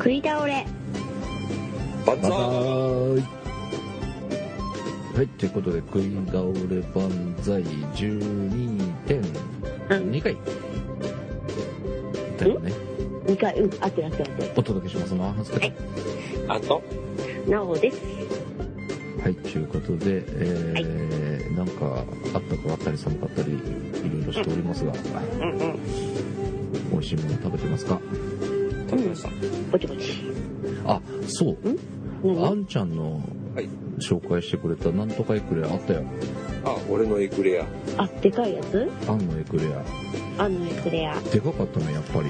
食い倒れバンザーはい、ということで食い倒れ万歳 12.2 回だよね。 2回、合ってる。 お届けしますな。はい、 あとなおです。 はい、ということで、なんかあったかかったり寒かったりいろいろしておりますが、美味しいもの食べてますか？ 食べました。 ぼちぼち。 あ、そう。あんちゃんの紹介してくれたなんとかエクレアあったよ。 あ、俺のエクレア。 あ、でかいやつ？ あんのエクレア。 あんのエクレア。 でかかったね、やっぱり。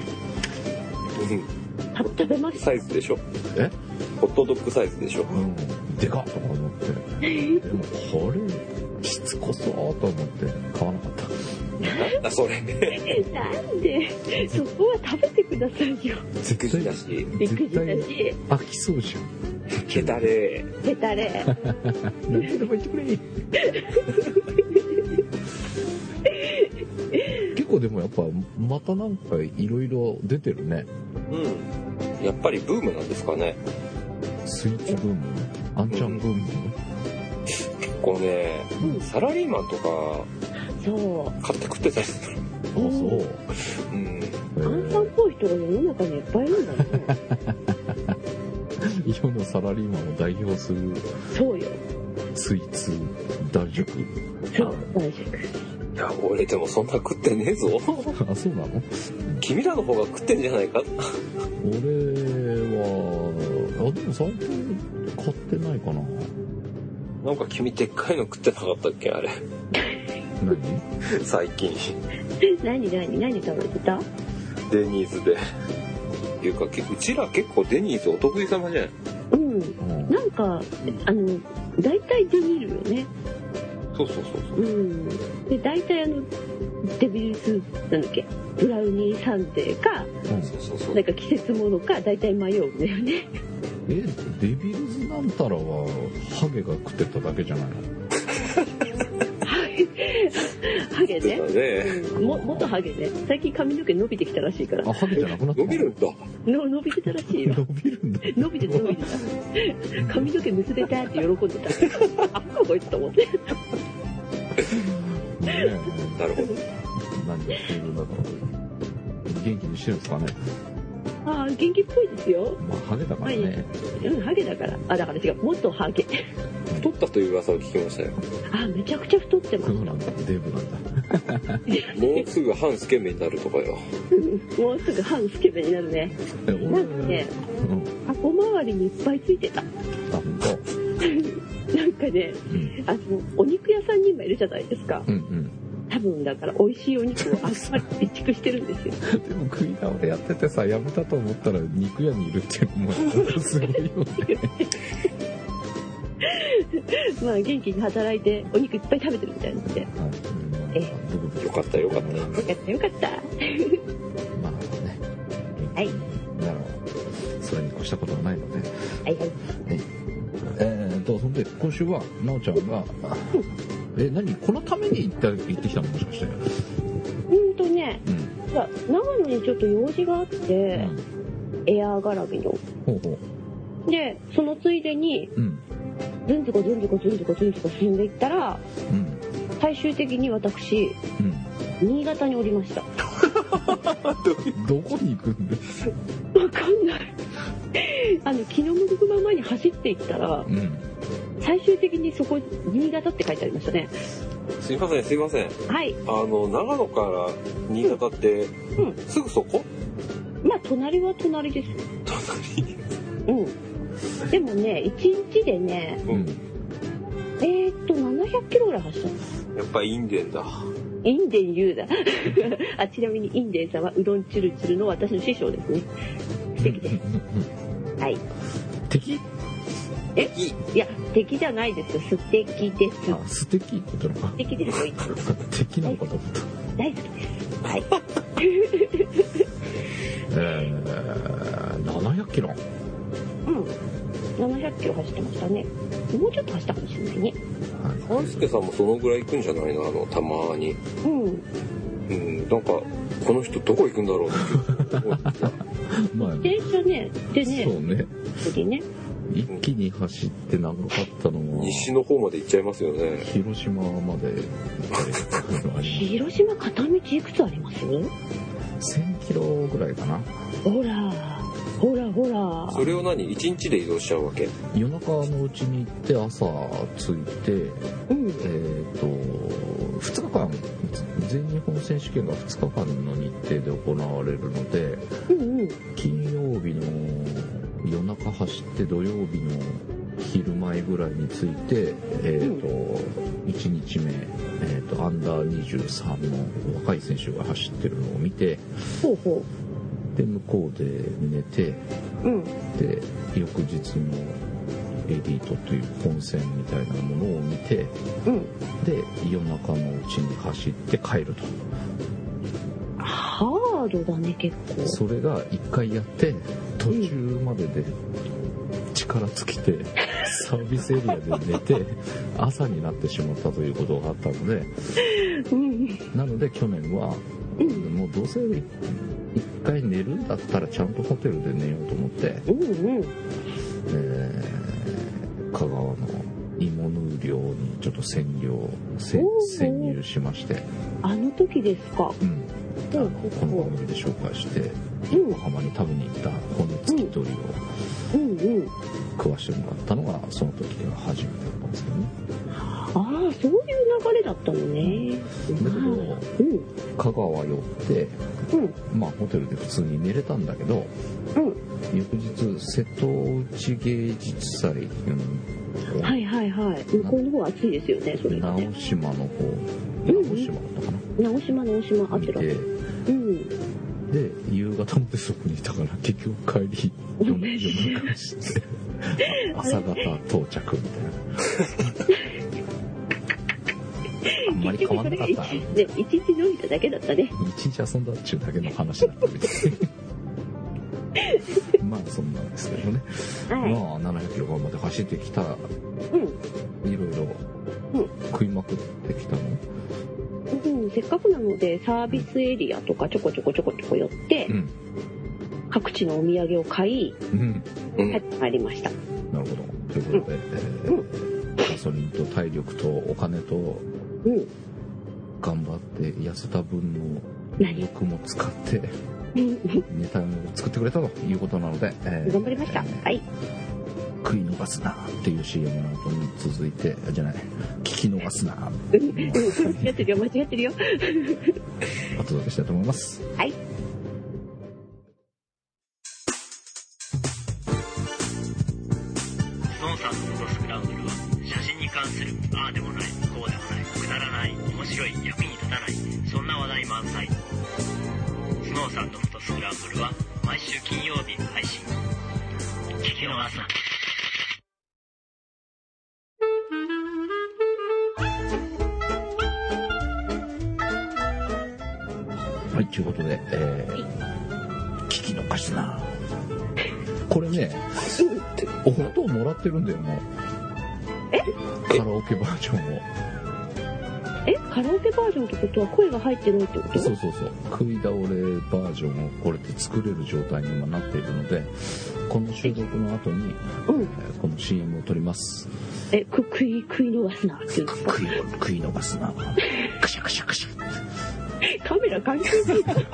食べました？ サイズでしょ？ え？ ホットドッグサイズでしょ？ うん。でかっとか思って。でもこれしつこそうと思って買わなかった。 なんだそれ。 なんでそこは食べてくださいよ。 絶対だし。 びっくりだし。 飽きそうじゃん。 ヘタレ。 ヘタレ。 何でも言ってくれ。結構でもやっぱまたなんかいろいろ出てるね。 うん。やっぱりブームなんですかね。 スイーツブーム？あんちゃんブーム？ 結構ね、サラリーマンとか買って食ってたりする。 あ、そう。うん。 あんさんっぽい人が世の中にいっぱいいるんだね。 世のサラリーマンを代表する。 そうよ。 スイーツ大塾。 そう、大塾。 いや、俺でもそんな食ってねえぞ。 あ、そうなの？ 君らの方が食ってんじゃないか。 俺は、でも最近買ってないかな。 なんか君でっかいの食ってなかったっけあれ。 何？ 最近。 何食べてた？ デニーズで。いうかうちら結構デニーズお得意様じゃん。 うん。なんか大体デニールよね。 そう。 うん。で大体デビルスなんだっけ、ブラウニーサンデーか、 そう。 なんか季節ものか大体迷うんだよね。 デビルズなんたらはハゲが食ってただけじゃないの？ ハゲね。 元ハゲね。最近髪の毛伸びてきたらしいから。 あ、ハゲじゃなくなった。 伸びるんだ。 伸びてたらしいよ。 伸びるんだ。 伸びてた。髪の毛結べたって喜んでた。あ、こいつと思って。 なるほど。 何やっているんだろう。元気にしてるんですかね。 ああ、元気っぽいですよ。 まあハゲだからね。 ハゲだから。あ、だから違う。もっとハゲ。 太ったという噂を聞きましたよ。 あ、めちゃくちゃ太ってます。 そうなんだ。デブなんだ。 もうすぐ半スケベになるとかよ。 もうすぐ半スケベになるね。なんかね、箱周りにいっぱいついてた。 あ、本当。 なんかね、お肉屋さんに今いるじゃないですか。多分だから美味しいお肉をあっさり備蓄してるんですよ。 でも食い倒れやっててさ、やめたと思ったら肉屋にいるっていうのもすごいよね。 まあ元気に働いてお肉いっぱい食べてるみたいなので。 よかった。 よかった。 まあね。 はい。 それに越したことはないので。 はい。 そんで今週はなおちゃんが、何このために行ってきたのもしかして？ ね、長野にちょっと用事があって、エアー絡みの。で、そのついでに、ずんずこ進んでいったら、最終的に私、新潟におりました。 どこに行くんです？ わかんない。気の向くままに走っていったら、最終的にそこ新潟って書いてありましたね。 すいません。 はい。 長野から新潟って、すぐそこ？ まあ隣は隣です。でもね、1日でね、700キロぐらい走ったんです。 やっぱインデンだ。 インデン言うだ。あ、ちなみにインデンさんはうどんチュルチュルの私の師匠ですね。素敵です。はい。 敵？ いや、敵じゃないですよ。素敵です。 あ、素敵って言ったのか。 素敵ですよ。 敵なのかと思った。 大好きです。はい。 700キロ。 700 キロ走ってましたね。もうちょっと走ったかもしれないね。 半助さんもそのぐらい行くんじゃないの？たまに。なんかこの人どこ行くんだろうって思ってた。 まあ、 電車ね、でね、 そうね。 次ね。 一気に走って長かったのは西の方まで行っちゃいますよね。 広島まで広島片道いくつあります？ 1000 キロぐらいかな。 ほら。 それを何1日で移動しちゃうわけ？ 夜中のうちに行って朝着いて、2日間全日本選手権が2日間の日程で行われるので、金曜日の夜中走って土曜日の昼前ぐらいに着いて、1日目、アンダー23の若い選手が走ってるのを見て、で向こうで寝て、で翌日のエリートという本戦みたいなものを見て、で夜中のうちに走って帰ると。 ハードだね結構。 それが1回やって途中までで力尽きて、サービスエリアで寝て朝になってしまったということがあったので、なので去年は、もうどうせ1回寝るんだったらちゃんとホテルで寝ようと思って、香川の芋縫漁にちょっと潜入しまして。 あの時ですか？ この番組で紹介して横浜に食べに行った骨付き鳥を食わしてもらったのがその時が初めてだったんですけどね。 ああ、そういう流れだったのね。 だけど、香川寄って、まあホテルで普通に寝れたんだけど、翌日瀬戸内芸術祭、 はい向こうの方は暑いですよね、それがね。 直島の方、直島だったかな。 直島あってる。 で夕方までそこにいたから結局帰り夜中して朝方到着みたいな。あんまり変わんなかった。 一日伸びただけだったね。 一日遊んだっちゅうだけの話だったみたいまあそんなんですけどね。まあ700キロまで走ってきた。いろいろ食いまくってきたの。 せっかくなのでサービスエリアとかちょこちょこ寄って、各地のお土産を買い、帰ってまいりました。 なるほど。ということで、ガソリンと体力とお金と、頑張って痩せた分の欲も使ってネタを作ってくれたということなので、 頑張りました。 食い逃すなっていう CM の後に続いて、じゃない、聞き逃すな。 間違ってるよ。 お届けしたいと思います。 はい。 スノーさんのフォトスクランブルは、写真に関するああでもない、こうでもない、くだらない、面白い、役に立たない、そんな話題満載。スノーさんのフォトスクランブルは毎週金曜日配信。聞き逃すな。 はい、ということで、聞き逃すな。これね、音をもらってるんだよ、もう。カラオケバージョンを。 カラオケバージョンってことは声が入ってないってこと？ そう。食い倒れバージョンをこれで作れる状態に今なっているので、この収録の後に、この CM を撮ります。 食い逃すなって言うんですか？ 食い逃すな。クシャクシャクシャ。 カメラ関係ないから。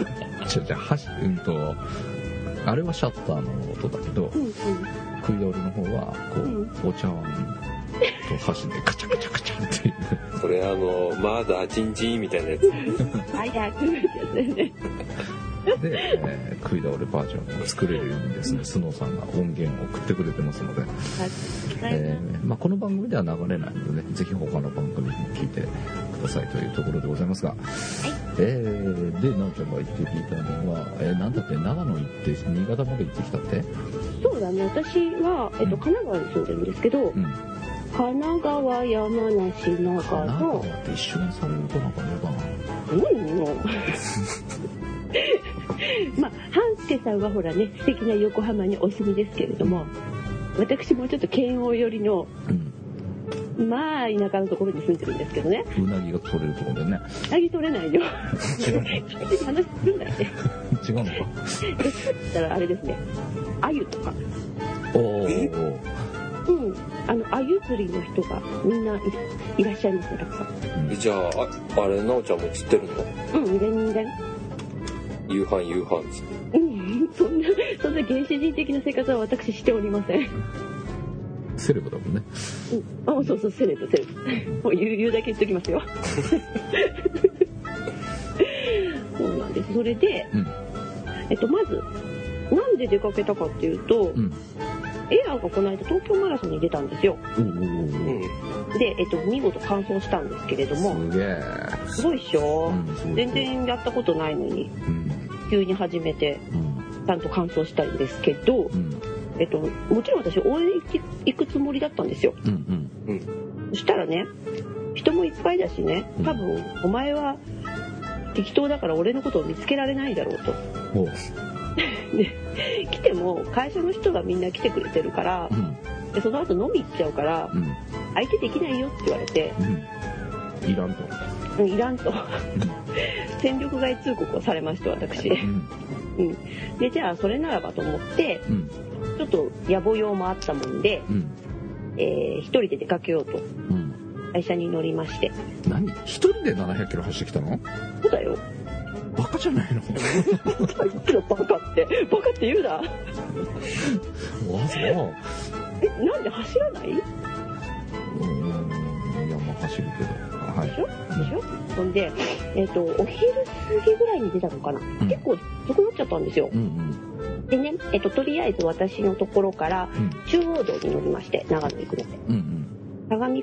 あれはシャッターの音だけど、食い倒れの方はこう、お茶碗と箸でカチャカチャカチャっていう。 それまだチンチンみたいなやつ。 早くってやつだよね。 で、食い倒れバージョンを作れるようにですね、スノーさんが音源を送ってくれてますので、この番組では流れないのでね、ぜひ他の番組に聞いてくださいというところでございますが、で、なおちゃんが言って聞いたのは、なんだって長野行って新潟まで行ってきたって？ そうだね、私は、神奈川に住んでるんですけど、神奈川、山梨、長野。神奈川って一緒にされるとなんか嫌だな。 半助さんはほらね、素敵な横浜にお住みですけれども、私もちょっと県央寄りの、田舎のところに住んでるんですけどね。 うなぎが取れるところでね。 うなぎ取れないよ。話すんだよね。 違うのか。 で作ったらあれですね、鮎とか。鮎釣りの人がみんないらっしゃいますね、たくさん。 じゃあ、あれ、なおちゃんも釣ってるの？ 全然。 夕飯つって。 そんな原始人的な生活は私しておりません。 セレブだもんね。 そう、セレブ。もう言うだけ言っときますよ。そうなんです。それで、まず、なんで出かけたかっていうと、エアーがこの間東京マラソンに出たんですよ。で、見事完走したんですけれども、すごいっしょ、全然やったことないのに、急に始めて、ちゃんと完走したんですけど、もちろん私応援行くつもりだったんですよ。そしたらね、人もいっぱいだしね、多分お前は適当だから俺のことを見つけられないだろうと。で、来ても会社の人がみんな来てくれてるから、でその後飲み行っちゃうから、相手できないよって言われて、 いらんと戦力外通告をされまして私、でじゃあそれならばと思って、ちょっと野暮用もあったもんで、一人で出かけようと、会社に乗りまして。 何？一人で700キロ走ってきたの？ そうだよ。 バカじゃないの？ バカって言うな。なんで走らない？ いや、まあ走るけど。はい。 でしょ？ほんで、お昼過ぎぐらいに出たのかな。結構遅くなっちゃったんですよ。でね、とりあえず私のところから中央道に乗りまして、長野行くので。相模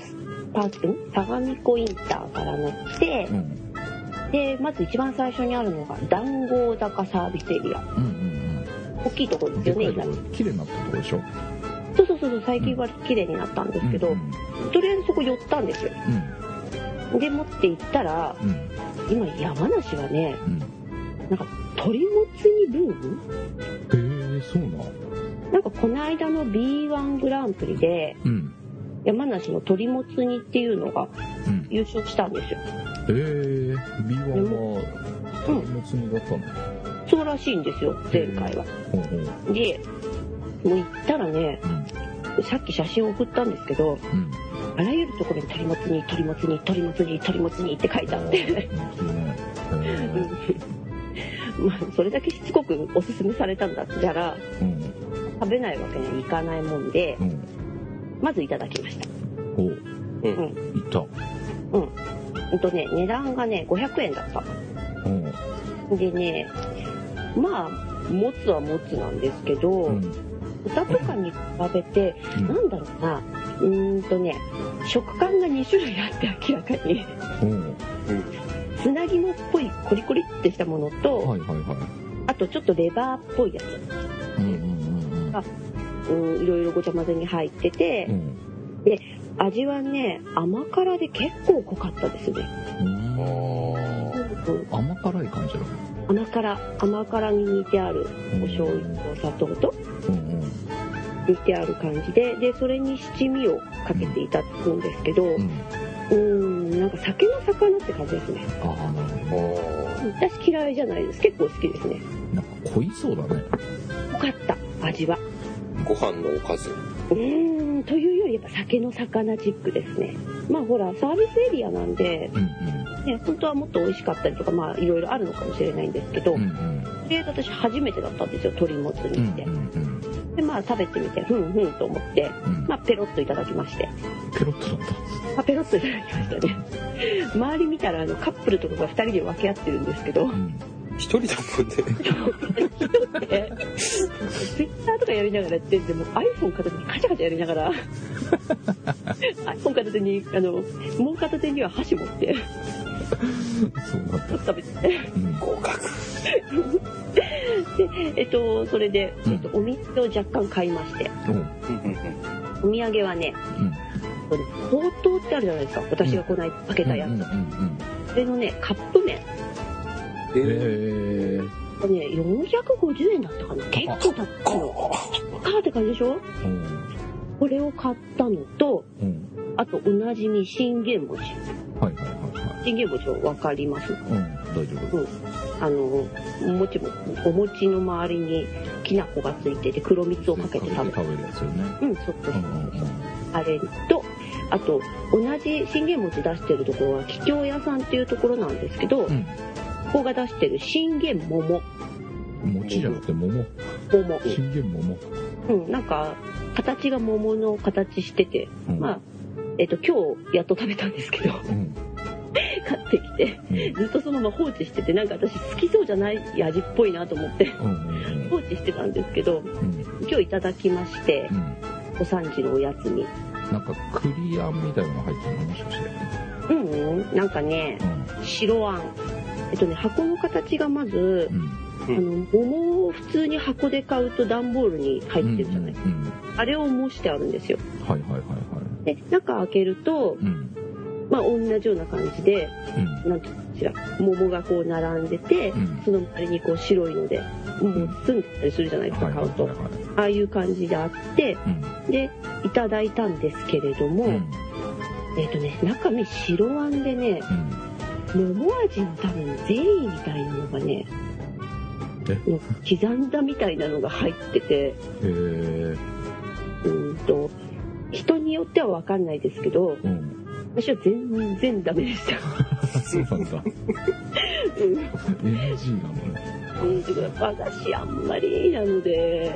湖インターから乗って、でまず一番最初にあるのが談合坂サービスエリア、大きいところですよね。 綺麗になったところでしょ。 そう最近は綺麗になったんですけど、とりあえずそこ寄ったんですよ。で持って行ったら、今山梨はね、なんか鳥もつ煮ブーム？ そうな。 なんかこの間の B1 グランプリで、山梨の鳥もつ煮っていうのが優勝したんですよ。 B1 は鳥もつ煮だったの？ そうらしいんですよ、前回は。で、もう行ったらね、さっき写真を送ったんですけど、あらゆるところに鳥もつ煮って書いてあって、まあそれだけしつこくおすすめされたんだったら、食べないわけにはいかないもんで、まずいただきました。 いった。 値段がね500円だった。でね、まあもつはもつなんですけど、豚とかに比べて、なんだろうな、食感が2種類あって明らかに、つなぎのっぽいコリコリってしたものと、あとちょっとレバーっぽいやつが、いろいろごちゃ混ぜに入ってて、で味はね甘辛で結構濃かったですね。 甘辛い感じなの？甘辛に煮てあるお醤油とお砂糖と煮てある感じで、それに七味をかけていただくんですけど、なんか酒の魚って感じですね。私嫌いじゃないです。結構好きですね。 なんか濃いそうだね。 濃かった味は。 ご飯のおかず。 というよりやっぱ酒の魚チックですね。まあほらサービスエリアなんで、本当はもっと美味しかったりとか、まあいろいろあるのかもしれないんですけど、とりあえず私初めてだったんですよ、鶏もつ煮って。でまあ食べてみてと思って、まあペロッといただきまして。 ペロッとだった。 ペロッといただきましたね。周り見たらカップルとかが2人で分け合ってるんですけど、 一人だもんね。 Twitter とかやりながらやってんで、も iPhone 片手にカチャカチャやりながらiPhone 片手にもう片手には箸持って食べてて、 合格で、それで、お水を若干買いまして、お土産はね、ほうとうってあるじゃないですか、私がこの間開けたやつ、それのねカップ麺、450円だったかな。結構高いの。高いって感じでしょ。これを買ったのと、あとおなじみ信玄餅。信玄餅を分かります？ 大丈夫。 お餅の周りにきな粉がついてて黒蜜をかけて食べるやつよね。 そっとあれと、あと同じ信玄餅出してるところは桔梗屋さんっていうところなんですけど、ここが出してる信玄桃。 餅じゃなくて桃。信玄桃。 なんか形が桃の形してて、まあ今日やっと食べたんですけど、買ってきて、ずっとそのまま放置してて、なんか私好きそうじゃない味っぽいなと思って、放置してたんですけど、今日いただきまして、お3時のおやつに。 なんか栗あんみたいなのが入ってるのもしかして。 なんかね、白あん。箱の形がまず、桃を普通に箱で買うと段ボールに入ってるじゃない、あれを模してあるんですよ。で中開けると、まあ同じような感じで、なんていうかしら、桃がこう並んでて、その周りにこう白いので桃包んでたりするじゃないですか、買うと。ああいう感じであって、でいただいたんですけれども、中身白あんでね、桃味の多分ゼリーみたいなのがね、刻んだみたいなのが入ってて、人によっては分かんないですけど、私は全然ダメでした。 そうなんだ。NG なのね。 和菓子あんまりなので、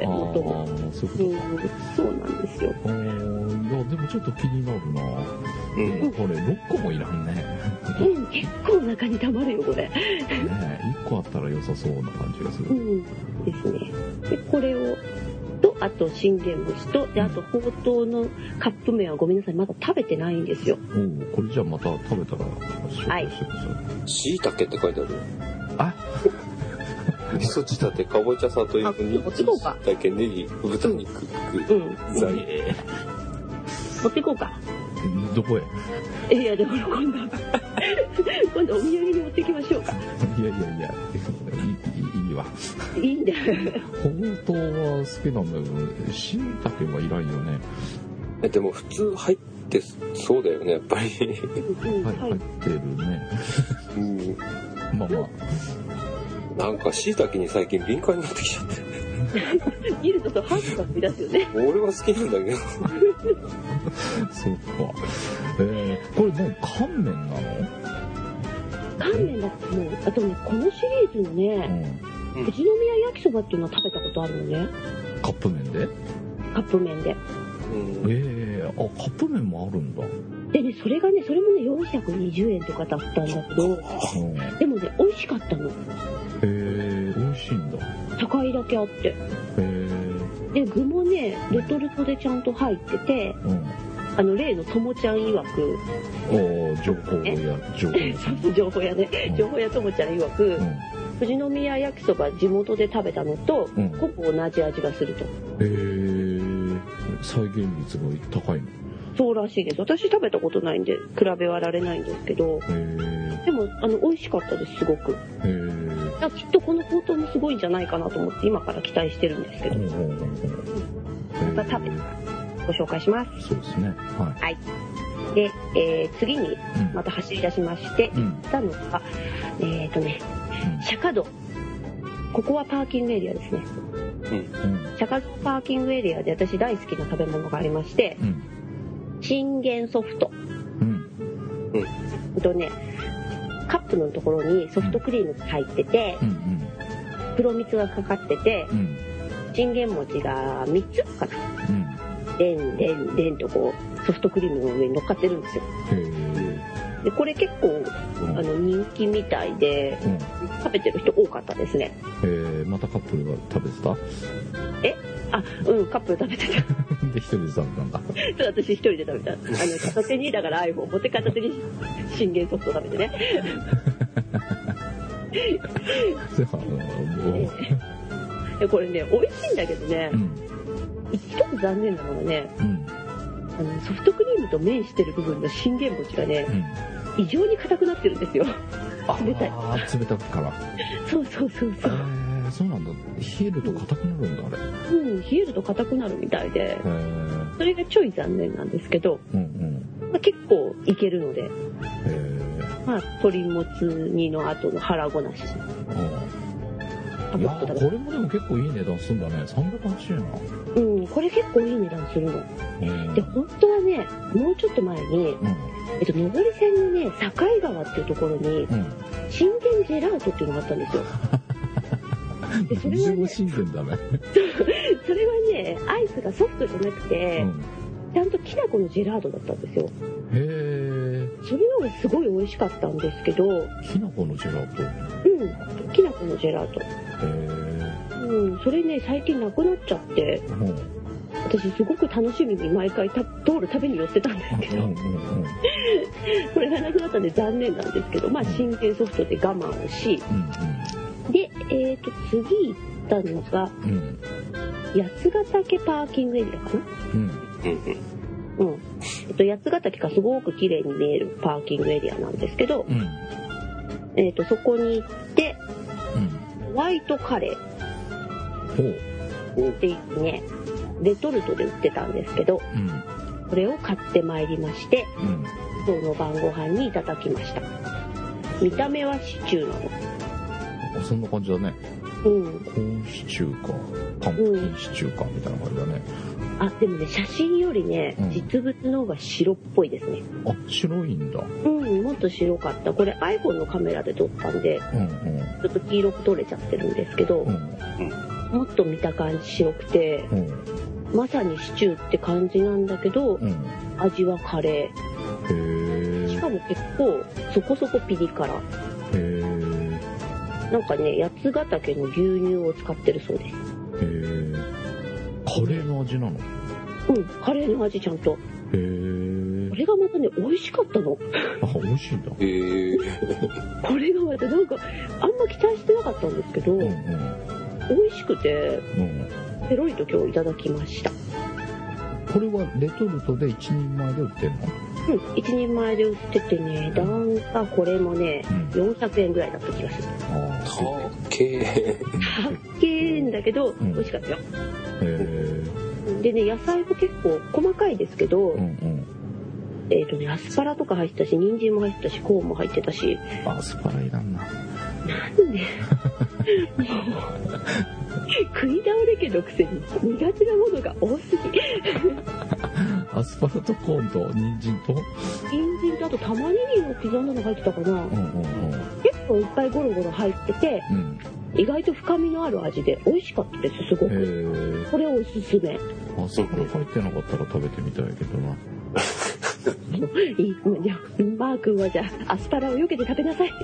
そうなんですよ。 いやでもちょっと気になるな。これ6個もいらんね。 結構中にたまるよこれ。 1個あったら良さそうな感じがする。 ですね。でこれをと、あと信玄餅と、であとほうとうのカップ麺はごめんなさい、まだ食べてないんですよ。 これじゃあまた食べたら紹介してください。 しいたけって書いてある。 あ味噌仕立て、かぼちゃ、里芋、にんじん、しいたけ、ネギ、豚肉、具材。 持っていこうか。 どこへ？ いやでも今度お土産に持っていきましょうか。 いやいいわ。 いいんだよ。 ほうとうは好きなんだけど、しいたけはいらんよね。 でも普通入ってそうだよね、やっぱり。 入ってるね。まあ。 なんか椎茸に最近敏感になってきちゃって。 見るとハートが飛び出すよね。 俺は好きなんだけど。 そうか。これ何乾麺なの？ 乾麺だってもう、あとね、このシリーズのね、富士宮焼きそばっていうのは食べたことあるのね。 カップ麺で？ カップ麺で。 カップ麺もあるんだ。 でね、それもね、420円とかだったんだけど、でもね、美味しかったの。 美味しいんだ。 高いだけあって。で、具もね、レトルトでちゃんと入ってて、例のともちゃん曰く、 情報屋ね。 情報屋ともちゃん曰く、富士宮焼きそば地元で食べたのと、ほぼ同じ味がすると。 再現率が高いの？ そうらしいです。私食べたことないんで比べはられないんですけど、でも美味しかったです、すごく。きっとこのほうとうもすごいんじゃないかなと思って今から期待してるんですけど、また食べてご紹介します。 そうですね。 はい。で、次にまた走り出しまして行ったのが、釈迦堂。ここはパーキングエリアですね。釈迦堂パーキングエリアで私大好きな食べ物がありまして、信玄ソフト。カップのところにソフトクリームが入ってて、黒蜜がかかってて、信玄餅が3つかな。でんとこうソフトクリームの上に乗っかってるんですよ。でこれ結構人気みたいで、食べてる人多かったですね。 またカップルが食べてた？ カップル食べてた。 で一人で食べたんだ。 そう、私一人で食べた。片手にだから iPhone 持って片手に信玄ソフト食べてね。これね、美味しいんだけどね、一つ残念なのがね、ソフトクリームと面してる部分の信玄餅がね、異常に硬くなってるんですよ。冷たい。 冷たくから。 そう。 そうなんだ。冷えると硬くなるんだ、あれ。 冷えると硬くなるみたいで、それがちょい残念なんですけど、結構いけるので。 まあ鶏もつ煮の後の腹ごなし。 いやこれもでも結構いい値段するんだね。380円な。 うん、これ結構いい値段するの。で、本当はね、もうちょっと前に、上り線のね、境川っていうところに、信玄ジェラートっていうのがあったんですよ。 でそれはね、信玄だね。 それはね、アイスがソフトじゃなくて、ちゃんときな粉のジェラートだったんですよ。 へー。 それのがすごい美味しかったんですけど。 きな粉のジェラート？ きな粉のジェラート。それね、最近なくなっちゃって、私すごく楽しみに毎回道路食べに寄ってたんですけど、これがなくなったんで残念なんですけど、まあ信玄ソフトで我慢をし、で、次行ったのが、八ヶ岳パーキングエリアかな。八ヶ岳がすごく綺麗に見えるパーキングエリアなんですけど、そこに行って、ホワイトカレーっていうね、レトルトで売ってたんですけど、これを買ってまいりまして、今日の晩ご飯にいただきました。見た目はシチューなの。 そんな感じだね。コーンシチューかパンプキンシチューかみたいな感じだね。 あ、でもね、写真よりね、実物の方が白っぽいですね。 あ、白いんだ。 もっと白かった。これ iPhone のカメラで撮ったんで、ちょっと黄色く撮れちゃってるんですけど、もっと見た感じ白くて、まさにシチューって感じなんだけど、味はカレー。しかも結構そこそこピリ辛。なんかね、八ヶ岳の牛乳を使ってるそうです。 カレーの味なの？ カレーの味ちゃんと。これがまたね、美味しかったの。 あ、美味しいんだ。 これがまたなんか、あんま期待してなかったんですけど、美味しくて、ペロリと今日いただきました。 これはレトルトで1人前で売ってんの ？1人前で売っててね、なんかこれもね、400円ぐらいだった気がする。 たっけーんだけど、美味しかったよ。でね、野菜も結構細かいですけど、アスパラとか入ってたし、人参も入ってたし、コーンも入ってたし。 アスパラいらんな。 なんで食い倒れ家のくせに苦手なものが多すぎ。 アスパラとコーンと人参とあと玉ねぎの刻んだの入ってたかな。結構いっぱいゴロゴロ入ってて、意外と深みのある味で美味しかったです、すごく。これおすすめ。 アスパラ入ってなかったら食べてみたいけどな。 じゃあマー君はじゃあアスパラを避けて食べなさい。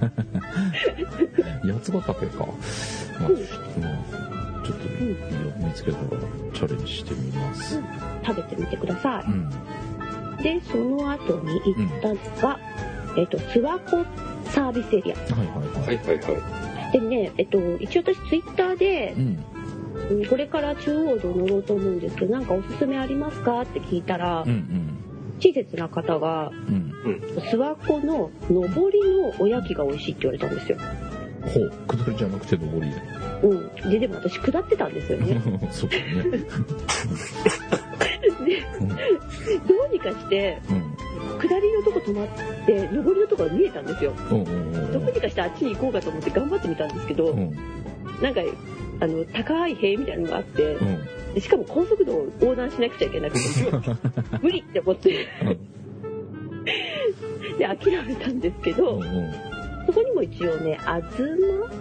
八ヶ岳か。ちょっと見つけたらチャレンジしてみます。 食べてみてください。でその後に行ったのが、諏訪湖サービスエリア。でね、一応私ツイッターで、これから中央道乗ろうと思うんですけど、なんかおすすめありますかって聞いたら、親切な方が、諏訪湖の上りのおやきが美味しいって言われたんですよ。 ほう、下りじゃなくて上りで。でも私下ってたんですよね。 そうだね。で、 どうにかして、下りのとこ止まって上りのとこが見えたんですよ。どうにかしてあっちに行こうかと思って頑張ってみたんですけど、なんか高い塀みたいなのがあって、しかも高速道を横断しなくちゃいけなくて無理って思ってで諦めたんですけど、そこにも一応ね、安住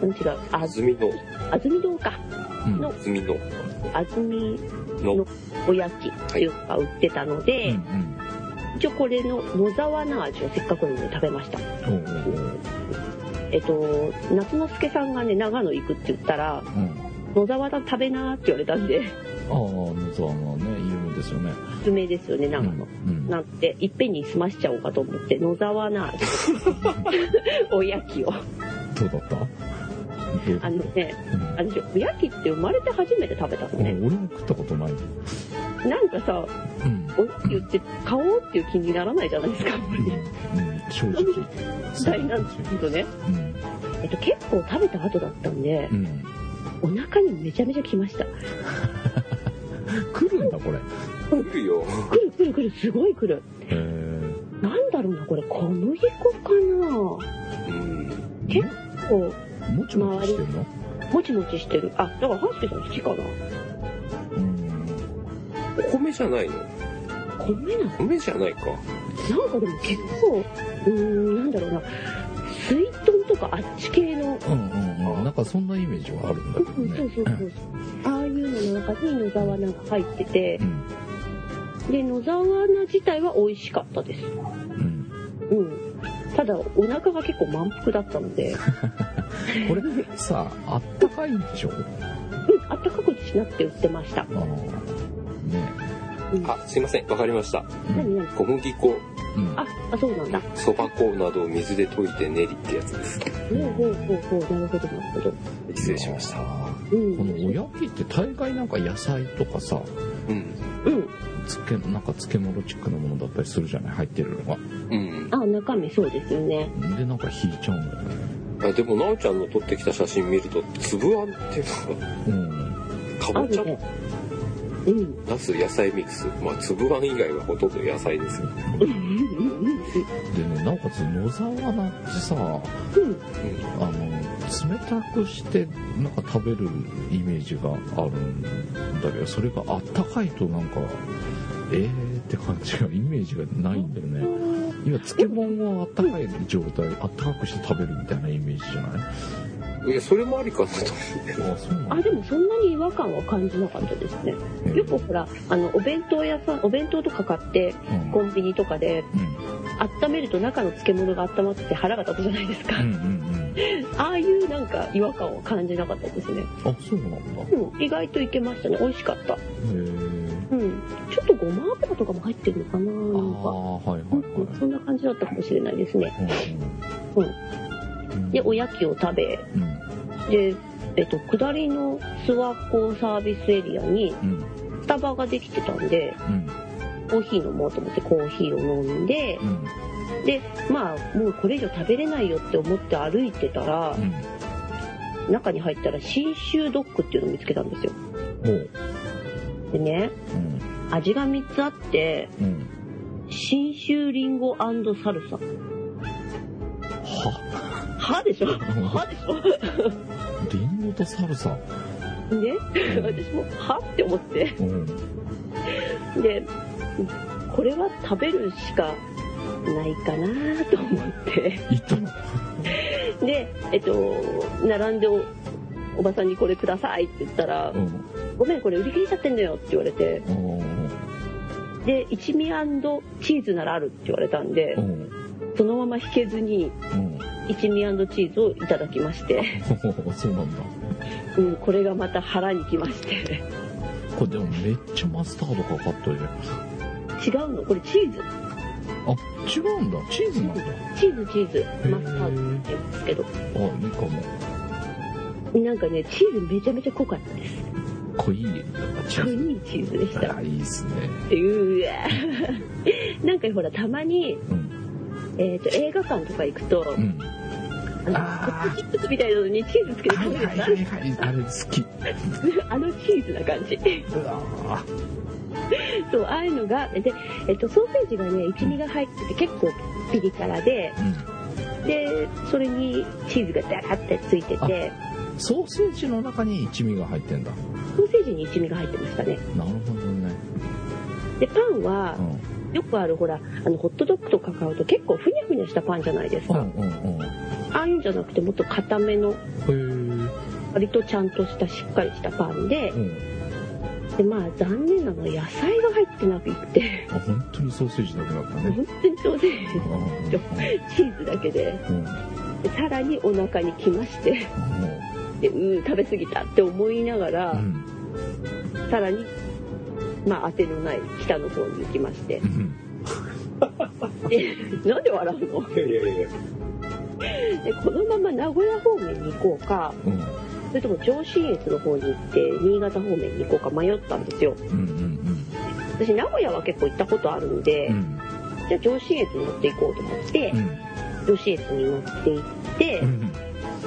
堂かの安住のおやきっていうか売ってたので、一応これの野沢菜味をせっかくなので食べました。夏之助さんがね、長野行くって言ったら、野沢菜食べなーって言われたんで。 野沢菜ね、有名ですよね。 有名ですよね、長野。なんて、いっぺんに済ましちゃおうかと思って、野沢菜味おやきを。 どうだった？ 私、おやきって生まれて初めて食べたのね。 俺も食ったことない。 なんかさ、おやき言って買おうっていう気にならないじゃないですか、やっぱり。 正直。 大なんですけどね。結構食べた後だったんで、お腹にめちゃめちゃ来ました。 来るんだこれ。 来るよ。 来る、すごい来る。 なんだろうな、これ小麦粉かな。結構もちもちしてるの？ もちもちしてる。あ、だからハスケさん好きかな。 お米じゃないの？ 米なの？ 米じゃないか。 なんかでも結構なんだろうな、水豚とかあっち系の。 なんかそんなイメージはあるんだけどね。 そう。ああいうのの中に野沢菜が入ってて、で野沢菜自体は美味しかったです。ただお腹が結構満腹だったので。 これさ、あったかいんでしょ？ あったかくしなくて売ってました。 あ、すいません、わかりました。小麦粉。 あ、そうなんだ。 そば粉などを水で溶いて練りってやつです。 なるほど。 失礼しました。 このおやきって大概なんか野菜とかさ、なんか漬物チックなものだったりするじゃない、入ってるのが。 あ、中身そうですよね。 でなんか引いちゃうんだよね。 でもなおちゃんの撮ってきた写真見ると粒あんっていうのが、かぼちゃ、ナス野菜ミックス、粒あん以外はほとんど野菜ですよ。 でね、なおかつ野沢菜ってさ、冷たくしてなんか食べるイメージがあるんだけど、それがあったかいとなんかって感じが、イメージがないんだよね。今漬物はあったかい状態、あったかくして食べるみたいなイメージじゃない？ いや、それもありかなと思って。 でもそんなに違和感は感じなかったですね。よくほら、お弁当とか買って、コンビニとかで、温めると中の漬物が温まってて腹が立つじゃないですか。ああいうなんか違和感を感じなかったですね。 あ、そうなんだ。 意外といけましたね。美味しかった。ちょっとごま油とかも入ってるのかな。そんな感じだったかもしれないですね。で、おやきを食べ、で、下りの諏訪湖サービスエリアにスタバができてたんで、コーヒー飲もうと思ってコーヒーを飲んで、で、もうこれ以上食べれないよって思って歩いてたら、中に入ったら信州ドッグっていうのを見つけたんですよ。でね、味が3つあって、信州リンゴ&サルサ。はでしょリンゴとサルサね、私もはって思って、でこれは食べるしかないかなと思って行ったので、並んでおばさんにこれくださいって言ったら、ごめんこれ売り切れちゃってんだよって言われて、で一味&チーズならあるって言われたんで、そのまま引けずに一味&チーズをいただきましてそうなんだ。 これがまた腹にきましてこれでもめっちゃマスタードかかってるじゃん。違うのこれチーズ。 あ、違うんだ。チーズなんだ。 チーズマスタードって言うんですけど。 いいかも。 なんかねチーズめちゃめちゃ濃かったです。 濃いチーズでした。 いいですね。 なんかほらたまに、映画館とか行くと、ポテトチップスみたいなのにチーズつけて食べるじゃない？ あれ好き。 あのチーズな感じ。そう、ああいうのがで、ソーセージがね一味が入ってて結構ピリ辛で、でそれにチーズがダラってついてて。 ソーセージの中に一味が入ってんだ。 ソーセージに一味が入ってましたね。 なるほどね。 でパンは、よくあるほらホットドッグとか買うと結構ふにゃふにゃしたパンじゃないですか。ああいうんじゃなくてもっと固めの割とちゃんとしたしっかりしたパンで、で残念なのは野菜が入ってなくて本当にソーセージだけだったね。 本当にソーセージとチーズだけで、さらにお腹にきまして、で食べ過ぎたって思いながら、さらに当てのない北の方に行きまして、なんで笑うの？でこのまま名古屋方面に行こうか、それとも上信越の方に行って新潟方面に行こうか迷ったんですよ。私名古屋は結構行ったことあるんで、じゃあ上信越に乗っていこうと思って、上信越に乗って行って、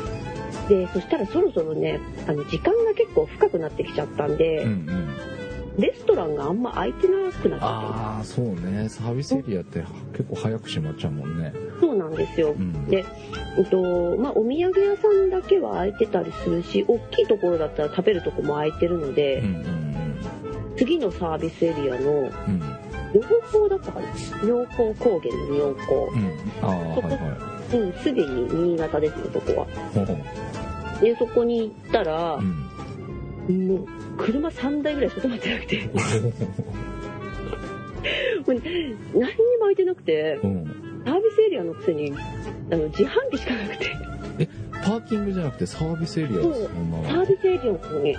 でそしたらそろそろね時間が結構深くなってきちゃったんで、 レストランがあんま開いてなくなっちゃああそうね、サービスエリアって結構早く閉まっちゃうもんね。 そうなんですよ、で、お土産屋さんだけは開いてたりするし、大きいところだったら食べるとこも開いてるので、次のサービスエリアの、妙高だったかな、妙高高原の妙高、そこ、すでに新潟ですよ、そこは。でそこに行ったら、もう車3台ぐらいしか止まってなくてもう何にも開いてなくて、サービスエリアのくせに自販機しかなくて。 パーキングじゃなくてサービスエリアです。 サービスエリアのとこに。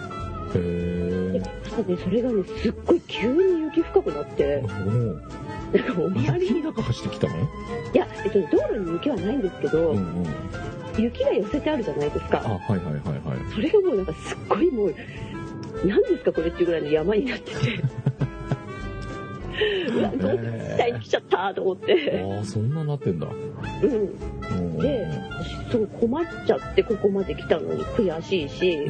それがね、すっごい急に雪深くなって、なんかお土産に中走ってきたの？ いや、道路に雪はないんですけど、雪が寄せてあるじゃないですか。それがもうなんかすっごいもう何ですかこれっていうぐらいの山になっててうわ、どうしたいに来ちゃったと思って。 そんななってんだ。 で、私すごい困っちゃって、ここまで来たのに悔しいし、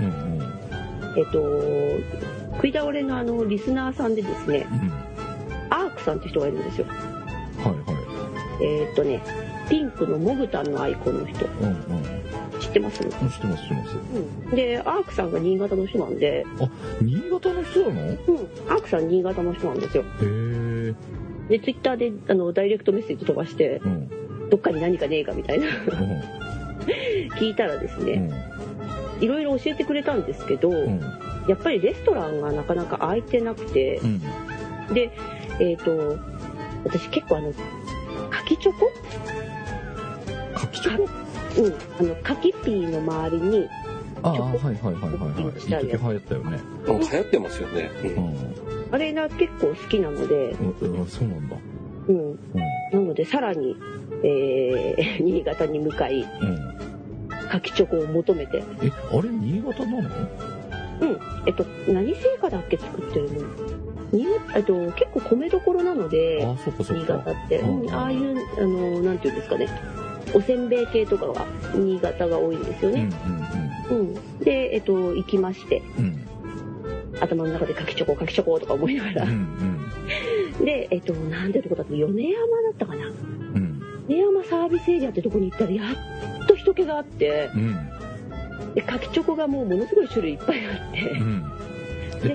食い倒れのリスナーさんでですね、アークさんって人がいるんですよ。ピンクのモグタンのアイコンの人、知ってます？知ってます。 で、アークさんが新潟の人なんで。 新潟の人なの？ アークさん新潟の人なんですよ。で、ツイッターでダイレクトメッセージ飛ばして、どっかに何かねえかみたいな聞いたらですね、いろいろ教えてくれたんですけど、やっぱりレストランがなかなか開いてなくて、で、私結構柿チョコ？ 柿チョコ？ 柿ピーの周りにチョコ一時流行ったよね。 流行ってますよね。 あれが結構好きなので。 そうなんだ。 なのでさらに、新潟に向かい、柿チョコを求めて。 あれ新潟なの？ 何製菓だっけ作ってるの？結構米どころなので、新潟って、ああいうなんていうんですかね、おせんべい系とかは新潟が多いんですよね。で行きまして、頭の中で柿チョコとか思いながら、でなんていうとこだって米山だったかな、米山サービスエリアってとこに行ったらやっと人気があって、で柿チョコがものすごい種類いっぱいあって、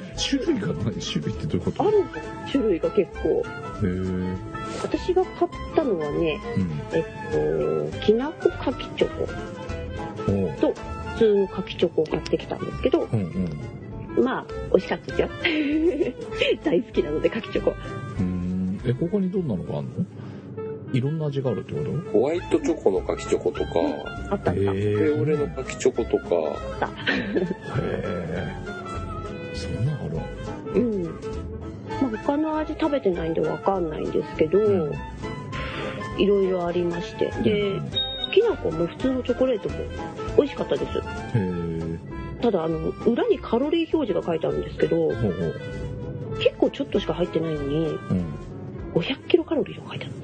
種類が何？種類ってどういうこと？ ある種類が結構。私が買ったのはね、きなこ柿チョコと普通の柿チョコを買ってきたんですけど、まあ美味しかったですよ大好きなので柿チョコ。 他にどんなのがあるの？いろんな味があるってこと？ ホワイトチョコの柿チョコとか、 あった。 オレオレの柿チョコとか。 あった。 そんなのある？ 他の味食べてないんでわかんないんですけど、いろいろありまして、で、きなこも普通のチョコレートも美味しかったです。ただ裏にカロリー表示が書いてあるんですけど、結構ちょっとしか入ってないのに、500キロカロリーとか書いてあって。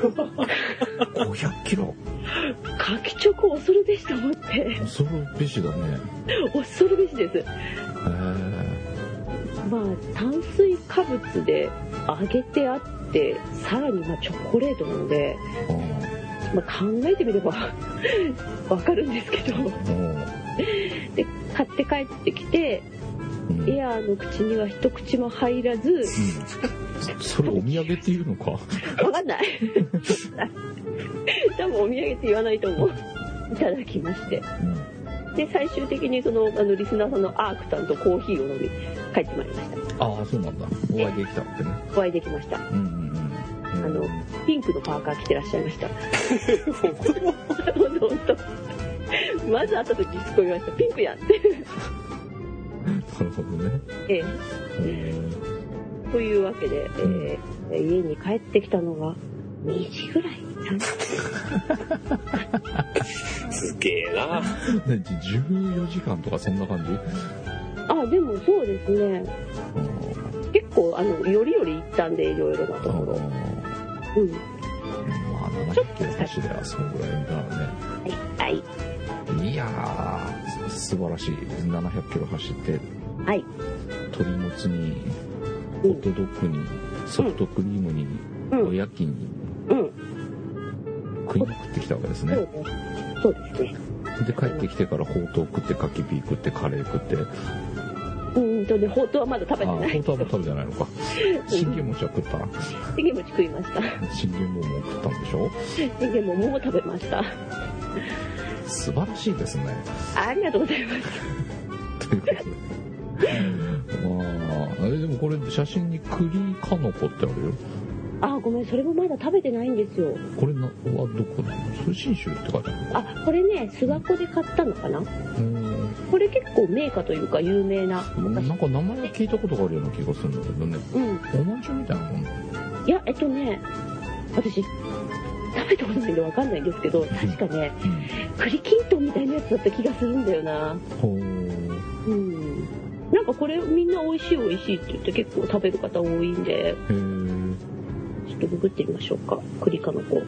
500キロ？ 柿チョコ恐るべしと思って。 恐るべしだね。 恐るべしです。炭水化物で揚げてあって、さらにチョコレートなので、考えてみればわかるんですけど、で買って帰ってきて、エアーの口には一口も入らず、 それお土産っていうのかわかんない多分お土産って言わないと思う。いただきまして、で最終的にリスナーさんのアークさんとコーヒーを飲み帰ってまいりました。 そうなんだ。お会いできたってね。 お会いできました。ピンクのパーカー着てらっしゃいました本当まず会った時にすごい言われました。ピンクやんってなるほどね。 というわけで、家に帰ってきたのが2時ぐらい。 すげえな。 14時間とかそんな感じ？ でもそうですね。結構より行ったんでいろいろなところ。 700キロ走ればそのぐらいだね。 はい。 いやー素晴らしい。700キロ走って、 はい、 鶏もつにホットドッグにソフトクリームに、おやきに、食いまくってきたわけですね。 そうですね。 で帰ってきてからほうとう食ってカキピー食ってカレー食って。 でほうとうはまだ食べてない。 ほうとうは食べてないのか。信玄餅は食った。 信玄餅食いました。 信玄餅も食ったんでしょ。 信玄餅も食べました。 素晴らしいですね。 ありがとうございます。 ということで。でもこれ写真に栗かのこってあるよ。 ごめん、それもまだ食べてないんですよ。 これはどこなの？それ信州って書いてある。 これね、諏訪湖で買ったのかな。これ結構名家というか有名な。 なんか名前は聞いたことがあるような気がするんだけどね。おまんじゅうみたいなもん。 いや、私食べたことないんでわかんないんですけど、確かね、栗きんとんみたいなやつだった気がするんだよな。なんかこれみんな美味しい美味しいって言って結構食べる方多いんで、ちょっとググってみましょうか。栗かのこ。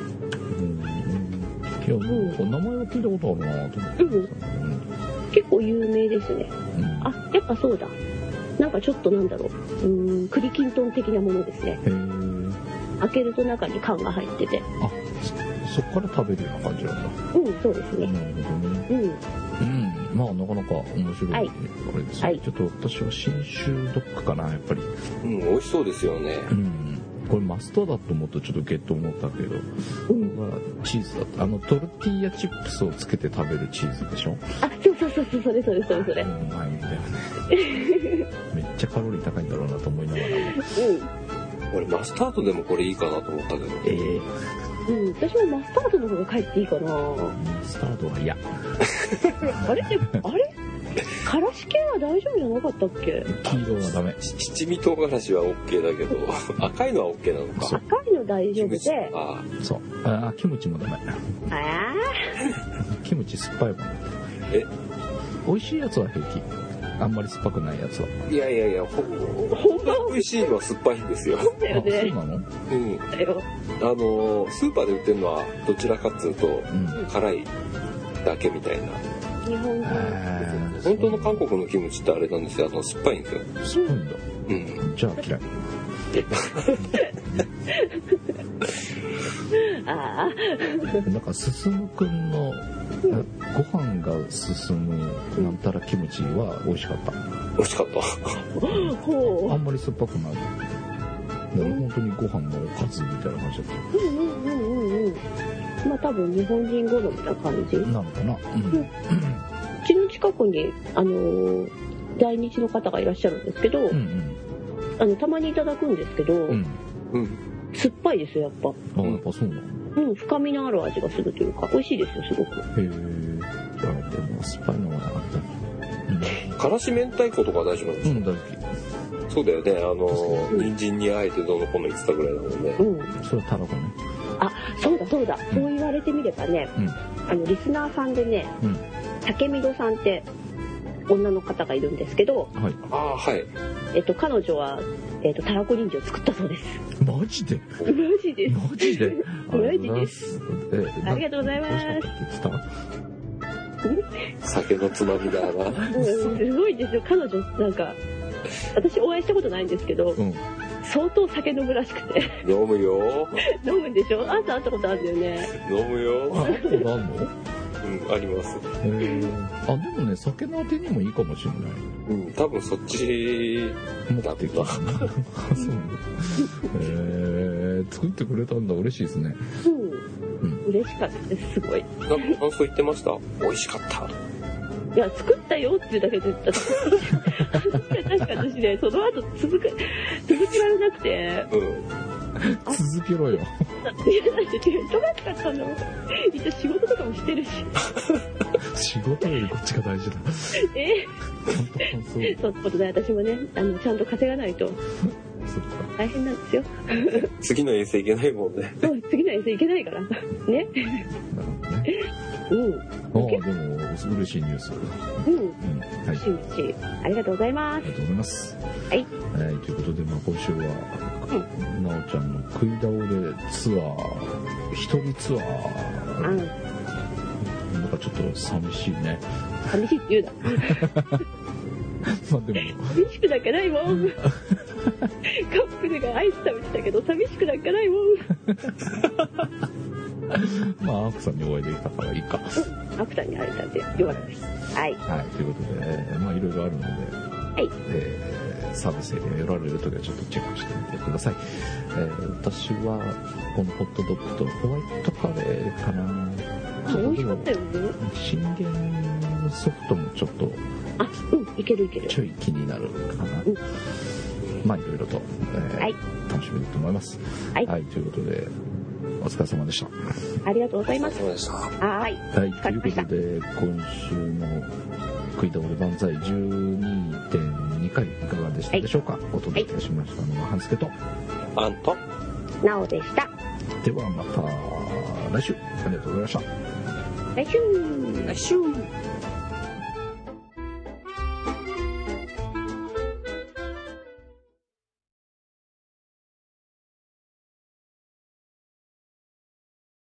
いや、名前は聞いたことあるなと思って。 結構有名ですね。やっぱそうだ。なんかちょっとなんだろう。栗きんとん的なものですね。開けると中に缶が入ってて。 そっから食べるような感じなんだ。 そうですね。 なるほどね。まあなかなか面白いこれですね。ちょっと私は信州ドッグかな、やっぱり。 美味しそうですよね。 これマスターだと思うとちょっとゲッと思ったけど、チーズだった。トルティーヤチップスをつけて食べるチーズでしょ。 そう、それ。うまいんだよね。めっちゃカロリー高いんだろうなと思いながらも。 俺マスタードでもこれいいかなと思ったけど。 私もマスタードの方がかえっていいかな。 マスタードは嫌。 あれからし系は大丈夫じゃなかったっけ？ 黄色はダメ。 七味唐辛子は OK だけど、赤いのは OK なのか。 赤いの大丈夫で。 そう。キムチもダメ。キムチ酸っぱいもん。美味しいやつは平気。あんまり酸っぱくないやつは。いや、本当に美味しいのは酸っぱいんですよ。 そうだよね。 そうなの？ スーパーで売ってるのはどちらかっつうと、辛いだけみたいな。 日本人本当の韓国のキムチってあれなんですよ。酸っぱいんですよ。 酸っぱいんだ。じゃあ嫌い。なんか進くんのご飯が進むなんたらキムチは美味しかった。 美味しかった。 あんまり酸っぱくない。本当にご飯のおかずみたいな感じだった。 まあ多分日本人好みな感じなのかな。うちの近くに在日の方がいらっしゃるんですけど、たまにいただくんですけど、酸っぱいですよやっぱ。 やっぱそうなの。 深みのある味がするというか美味しいですよすごく。 でも酸っぱいのがなかった。 からし明太子とか大丈夫なんですか？ 大好き。 そうだよね。人参にあえてどの子の言ってたぐらいなのね。それはたらこね。 そうだ。そう言われてみればね、リスナーさんでね、竹みどさんって女の方がいるんですけど、彼女はたらこ人参を作ったそうです。 マジで？ マジです。 マジで？ マジです。ありがとうございます。 酒のつまみだな。 すごいですよ。彼女なんか私お会いしたことないんですけど、相当酒飲むらしくて。 飲むよ。 飲むんでしょ？あんた会ったことあるんだよね。 飲むよ。 会ったことあるの？ あります。 でもね、酒のあてにもいいかもしれない。 多分そっちだった。そう作ってくれたんだ。嬉しいですね。 嬉しかったです。すごい。 なんか感想言ってました？美味しかった。 いや、作ったよっていうだけで言ったら確か私ね、その後続けられなくて、 続けろよ。 だって忙しかったの。一応仕事とかもしてるし。 仕事よりこっちが大事だ。 そうってことで私もね、ちゃんと稼がないと大変なんですよ。 次の遠征いけないもんね。 そう、次の遠征いけないからね。 なるほどね。でも嬉しいニュース。 嬉しい。ありがとうございます。 ありがとうございます。 はい。 ということで、今週はなおちゃんの食い倒れツアー、一人ツアー。なんかかちょっと寂しいね。 寂しいって言うな。 まあでも寂しくなんかないもん。カップルがアイス食べてたけど寂しくなんかないもん。 まあアークさんにお会いできたからいいか。 アークさんに会えたんでよかったです。はい。 はい、ということで、まあいろいろあるので、 はい。 サービスエリア寄られるときはちょっとチェックしてみてください。私はこのホットドッグとホワイトカレーかな。 美味しかったよね。 信玄ソフトもちょっといけるいける。 ちょい気になるかな。まあいろいろと、 はい、 楽しめると思います。はい、ということでお疲れ様でした。 ありがとうございます。 お疲れ様でした。 はい。 ということで今週の食い倒れ万歳 12.2 回いかがでしたでしょうか。お届けいたしましたのは半助とアンとなおでした。 ではまた来週ありがとうございました。 来週